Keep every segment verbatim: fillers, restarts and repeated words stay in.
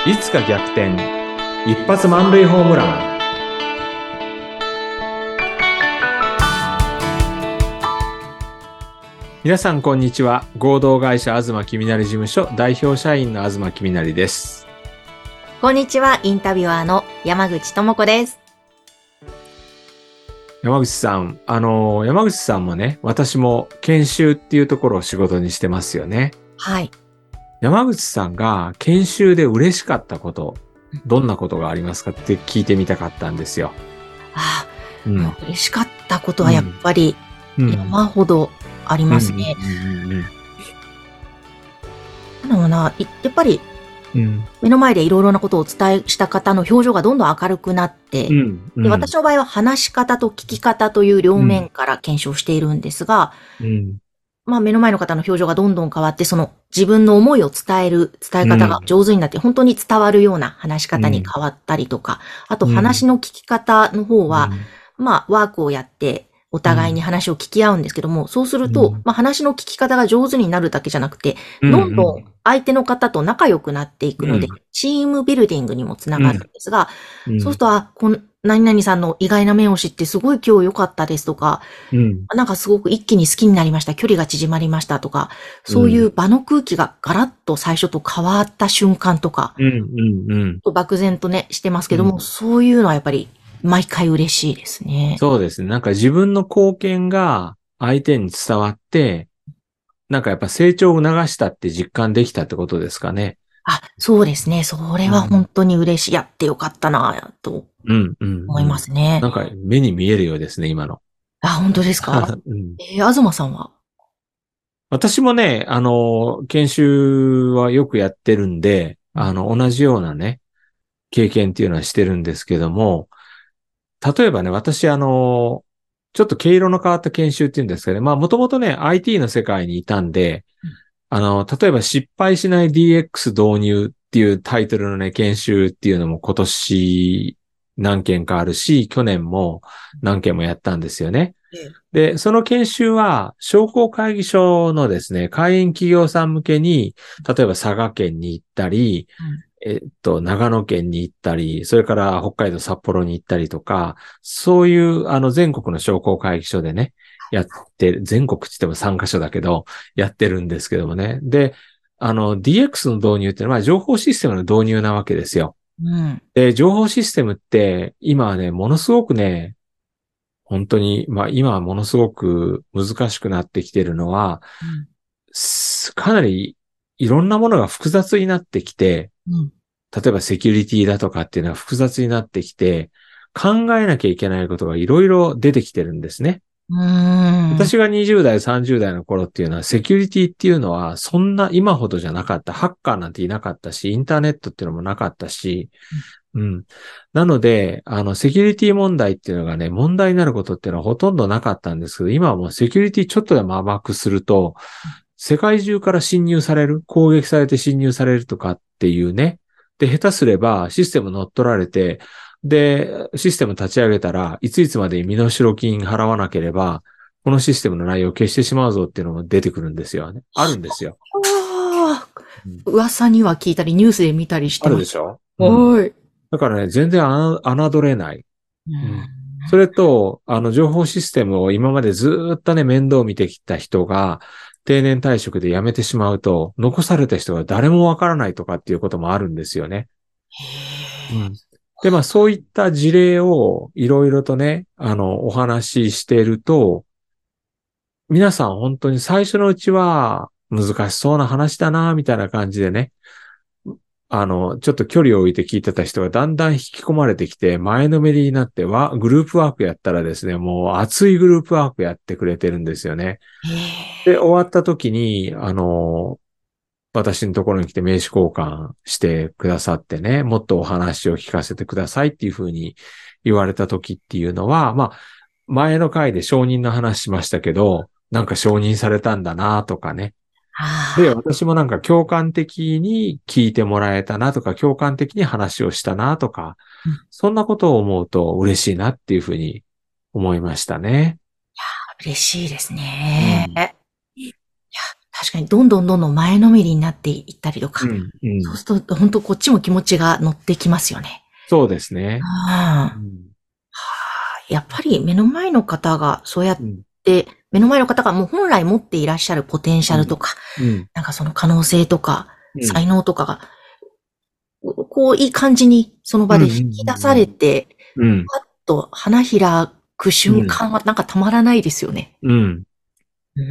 いつか逆転一発満塁ホームラン。皆さんこんにちは。合同会社東きみなり事務所代表社員の東きみなりです。 こんにちは。インタビュアーの山口智子です。 山口さん、あの山口さんもね、私も研修っていうところを仕事にしてますよね。 はい。 山口さんが研修で嬉しかったこと、どんなことがありますかって聞いてみたかったんですよ。 ああ、 うん、 嬉しかったことはやっぱり山ほどありますね。なのな、やっぱり目の前でいろいろなことをお伝えした方の表情がどんどん明るくなって、うんうん、で私の場合は話し方と聞き方という両面から検証しているんですが、うん、まあ目の前の方の表情がどんどん変わって、その自分の思いを伝える伝え方が上手になって、うん、本当に伝わるような話し方に変わったりとか、うん、あと話の聞き方の方は、うん、まあワークをやってお互いに話を聞き合うんですけども、うん、そうすると、まあ話の聞き方が上手になるだけじゃなくて、どんどん相手の方と仲良くなっていくので、うん、チームビルディングにもつながるんですが、うん、そうすると、あ、こん何々さんの意外な面を知ってすごい今日良かったですとか、うん、なんかすごく一気に好きになりました、距離が縮まりましたとか、そういう場の空気がガラッと最初と変わった瞬間とか、うんうんうん、漠然とね、してますけども、うん、そういうのはやっぱり毎回嬉しいですね。 そうですね。なんか自分の貢献が相手に伝わって、なんかやっぱ成長を促したって実感できたってことですかね。 あ、そうですね。それは本当に嬉しい。やってよかったなと思いますね、 うんうんうん。なんか目に見えるようですね、今の。 あ、本当ですか、うん、えー、東さんは私もね、あの、研修はよくやってるんで、あの、同じようなね、経験っていうのはしてるんですけども、例えばね、私あの、ちょっと毛色の変わった研修っていうんですかね。まあ、もともとね、アイティー の世界にいたんで、あの、例えば失敗しない ディーエックス 導入っていうタイトルのね、研修っていうのも今年何件かあるし、去年も何件もやったんですよね。で、その研修は商工会議所のですね、会員企業さん向けに、例えば佐賀県に行ったり、えっと、長野県に行ったり、それから北海道札幌に行ったりとか、そういうあの全国の商工会議所でね、やってる、全国って言ってもさんカ所だけど、やってるんですけどもね。で、あの ディーエックス の導入っていうのは情報システムの導入なわけですよ。うん、で、情報システムって今はね、ものすごくね、本当に、まあ今はものすごく難しくなってきてるのは、うん、かなりいろんなものが複雑になってきて、うん、例えばセキュリティだとかっていうのは複雑になってきて、考えなきゃいけないことがいろいろ出てきてるんですね。うーん私がにじゅう代、さんじゅう代の頃っていうのは、セキュリティっていうのは、そんな今ほどじゃなかった。ハッカーなんていなかったし、インターネットっていうのもなかったし、うん。なので、あの、セキュリティ問題っていうのがね、問題になることっていうのはほとんどなかったんですけど、今はもうセキュリティちょっとでも甘くすると、世界中から侵入される、攻撃されて侵入されるとかっていうね。で、下手すればシステム乗っ取られて、で、システム立ち上げたらいついつまで身代金払わなければ、このシステムの内容を消してしまうぞっていうのも出てくるんですよね。あるんですよ。 ああ、うん、噂には聞いたり、ニュースで見たりしてます。 あるでしょ、うん、だからね、全然侮れない。うん、それと、あの、情報システムを今までずっとね、面倒を見てきた人が、定年退職で辞めてしまうと、残された人が誰もわからないとかっていうこともあるんですよね。うん、で、まあそういった事例をいろいろとね、あの、お話ししていると、皆さん本当に最初のうちは難しそうな話だな、みたいな感じでね、あの、ちょっと距離を置いて聞いてた人がだんだん引き込まれてきて、前のめりになっては、グループワークやったらですね、もう熱いグループワークやってくれてるんですよね。で、終わった時に、あの、私のところに来て名刺交換してくださってね、もっとお話を聞かせてくださいっていうふうに言われた時っていうのは、まあ、前の回で承認の話しましたけど、なんか承認されたんだなとかね。で、私もなんか共感的に聞いてもらえたなとか、共感的に話をしたなとか、うん、そんなことを思うと嬉しいなっていうふうに思いましたね。 いや、嬉しいですね。うん、いや、 確かに、どんどんどんどん前のめりになっていったりとか。 うんうん、 そうすると、本当こっちも気持ちが乗ってきますよね。 そうですね。 ああ、うん、はあ、やっぱり目の前の方がそうやって、うん、目の前の方がもう本来持っていらっしゃるポテンシャルとか、うんうん、なんかその可能性とか、才能とかが、こういい感じにその場で引き出されて、パッと花開く瞬間はなんかたまらないですよね。 うん。うん、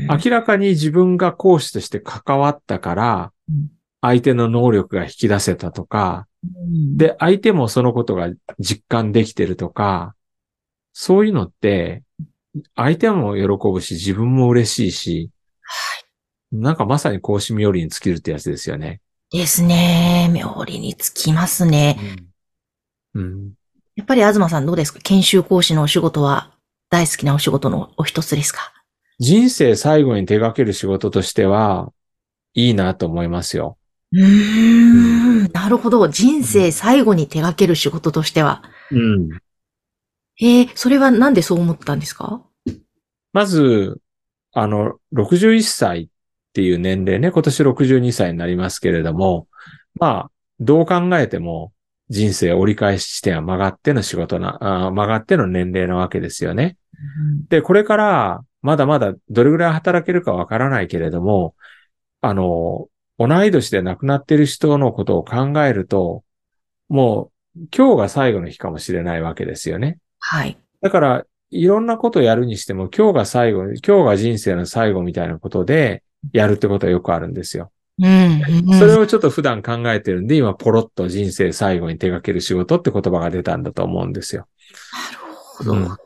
明らかに自分が講師として関わったから、相手の能力が引き出せたとか、で、相手もそのことが実感できてるとか、そういうのって、相手も喜ぶし、自分も嬉しいし、なんかまさに講師冥利に尽きるってやつですよね。 ですね。冥利に尽きますね。うんうん、やっぱり東さんどうですか？研修講師のお仕事は大好きなお仕事のお一つですか？ 人生最後に手掛ける仕事としては、いいなと思いますよ。 うーん、なるほど。人生最後に手掛ける仕事としては。うん。えー、それはなんでそう思ったんですか？ まず、あの、ろくじゅういっさいっていう年齢ね、今年ろくじゅうにさいになりますけれども、まあ、どう考えても人生折り返し地点は曲がっての仕事な、あ曲がっての年齢なわけですよね。うん、で、これからまだまだどれぐらい働けるかわからないけれども、あの、同い年で亡くなっている人のことを考えると、もう今日が最後の日かもしれないわけですよね。はい。だから、いろんなことをやるにしても、今日が最後、今日が人生の最後みたいなことで、やるってことはよくあるんですよ。うん、うん。それをちょっと普段考えてるんで、今ポロッと人生最後に手掛ける仕事って言葉が出たんだと思うんですよ。 なるほど。うん、あ、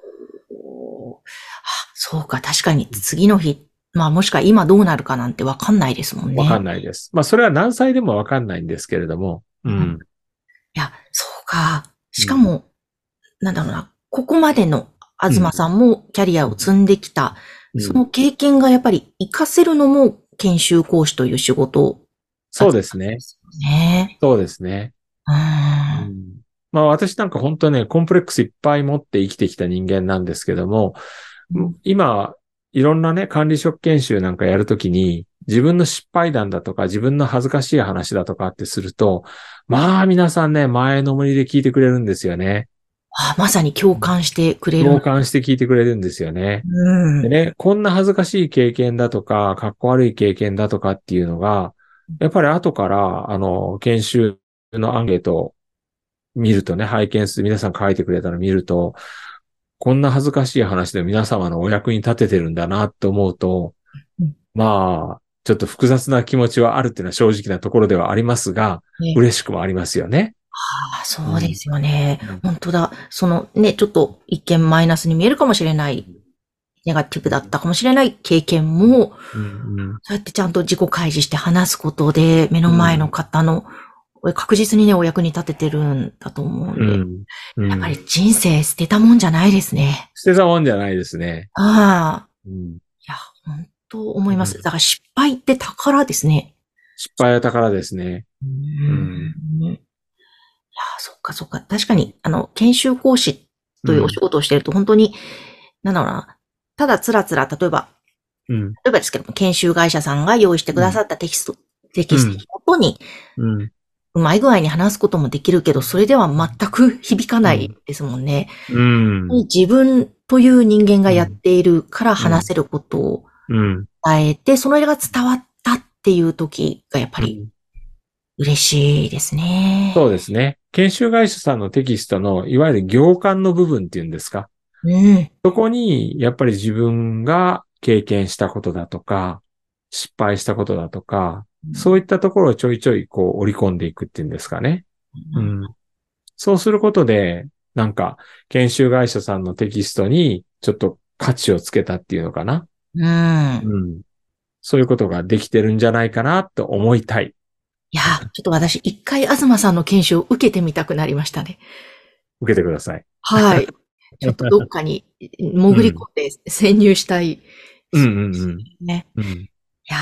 そうか、確かに次の日、まあもしくは今どうなるかなんてわかんないですもんね。 わかんないです。まあそれは何歳でもわかんないんですけれども。うん。うん、 いや、そうか。しかも、うん、なんだろうな、ここまでの東さんもキャリアを積んできた、うん、その経験がやっぱり活かせるのも研修講師という仕事。 そうですね。ね、そうですね。うん、まあ私なんか本当ね、コンプレックスいっぱい持って生きてきた人間なんですけども、うん、今、いろんなね、管理職研修なんかやるときに、自分の失敗談だとか、自分の恥ずかしい話だとかってすると、まあ皆さんね、前のめりで聞いてくれるんですよね。 ああ、まさに共感してくれる。 共感して聞いてくれるんですよね。うん、でね、こんな恥ずかしい経験だとか、かっこ悪い経験だとかっていうのが、やっぱり後から、あの、研修のアンケートを見るとね、拝見する、皆さん書いてくれたのを見ると、こんな恥ずかしい話で皆様のお役に立ててるんだなって思うと、うん、まあ、ちょっと複雑な気持ちはあるっていうのは正直なところではありますが、ね、嬉しくもありますよね。 ああ、そうですよね、うん。本当だ。そのね、ちょっと一見マイナスに見えるかもしれない、ネガティブだったかもしれない経験も、うんうん、そうやってちゃんと自己開示して話すことで、目の前の方の、うん、確実にね、お役に立ててるんだと思うんで、うんうん、やっぱり人生捨てたもんじゃないですね。 捨てたもんじゃないですね。 ああ。うん、いや、本当思います。だから失敗って宝ですね。 失敗は宝ですね。うんうん、いや、そっかそっか。確かに、あの、研修講師というお仕事をしていると、本当に、うん、なんだろうな。ただつらつら、例えば、うん、例えばですけども、研修会社さんが用意してくださったテキスト、うん、テキストを元に、うん、うまい具合に話すこともできるけど、それでは全く響かないですもんね。うん、自分という人間がやっているから話せることを伝えて、それが伝わったっていう時がやっぱり嬉しいですね。 そうですね。研修会社さんのテキストのいわゆる行間の部分っていうんですか。うん、そこにやっぱり自分が経験したことだとか、失敗したことだとか、そういったところをちょいちょいこう織り込んでいくっていうんですかね。うん、そうすることで、なんか研修会社さんのテキストにちょっと価値をつけたっていうのかな。うんうん、そういうことができてるんじゃないかなと思いたい。 いや、ちょっと私一回東さんの研修を受けてみたくなりましたね。 受けてください。 はい。ちょっとどっかに潜り込んで潜入したい。 うんうんうん。ね。 うん、いや、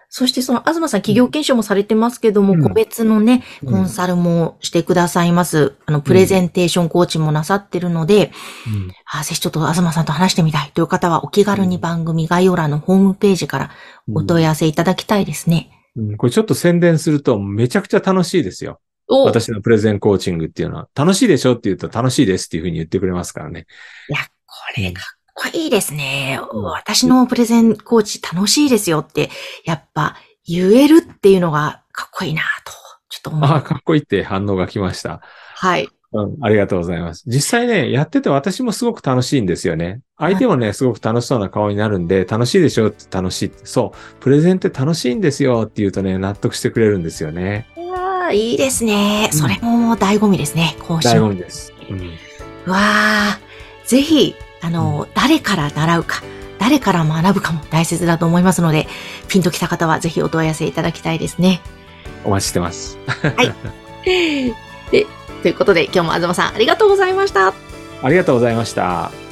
そしてその、東さん企業研修もされてますけども、うん、個別のね、コンサルもしてくださいます。うん、あの、プレゼンテーションコーチもなさってるので、うん、あぜひちょっと東さんと話してみたいという方は、お気軽に番組概要欄のホームページからお問い合わせいただきたいですね。 うんうん、これちょっと宣伝すると、めちゃくちゃ楽しいですよ。私のプレゼンコーチングっていうのは、楽しいでしょって言うと楽しいですっていうふうに言ってくれますからね。 いや、これかっこいいですね。うん、私のプレゼンコーチ楽しいですよって、やっぱ言えるっていうのがかっこいいなと、ちょっと思います。 ああ、かっこいいって反応が来ました。 はい。 うん、ありがとうございます。実際ね、やってて私もすごく楽しいんですよね。相手もね、すごく楽しそうな顔になるんで、楽しいでしょって楽しい。そう。プレゼンって楽しいんですよって言うとね、納得してくれるんですよね。 いやいいですね。それも醍醐味ですね。 講師。醍醐味です。うん、 うわあ、ぜひ、あの、うん、誰から習うか、誰から学ぶかも大切だと思いますので、ピンときた方はぜひお問い合わせいただきたいですね。 お待ちしてます。 はい。で、ということで今日も東さんありがとうございました。 ありがとうございました。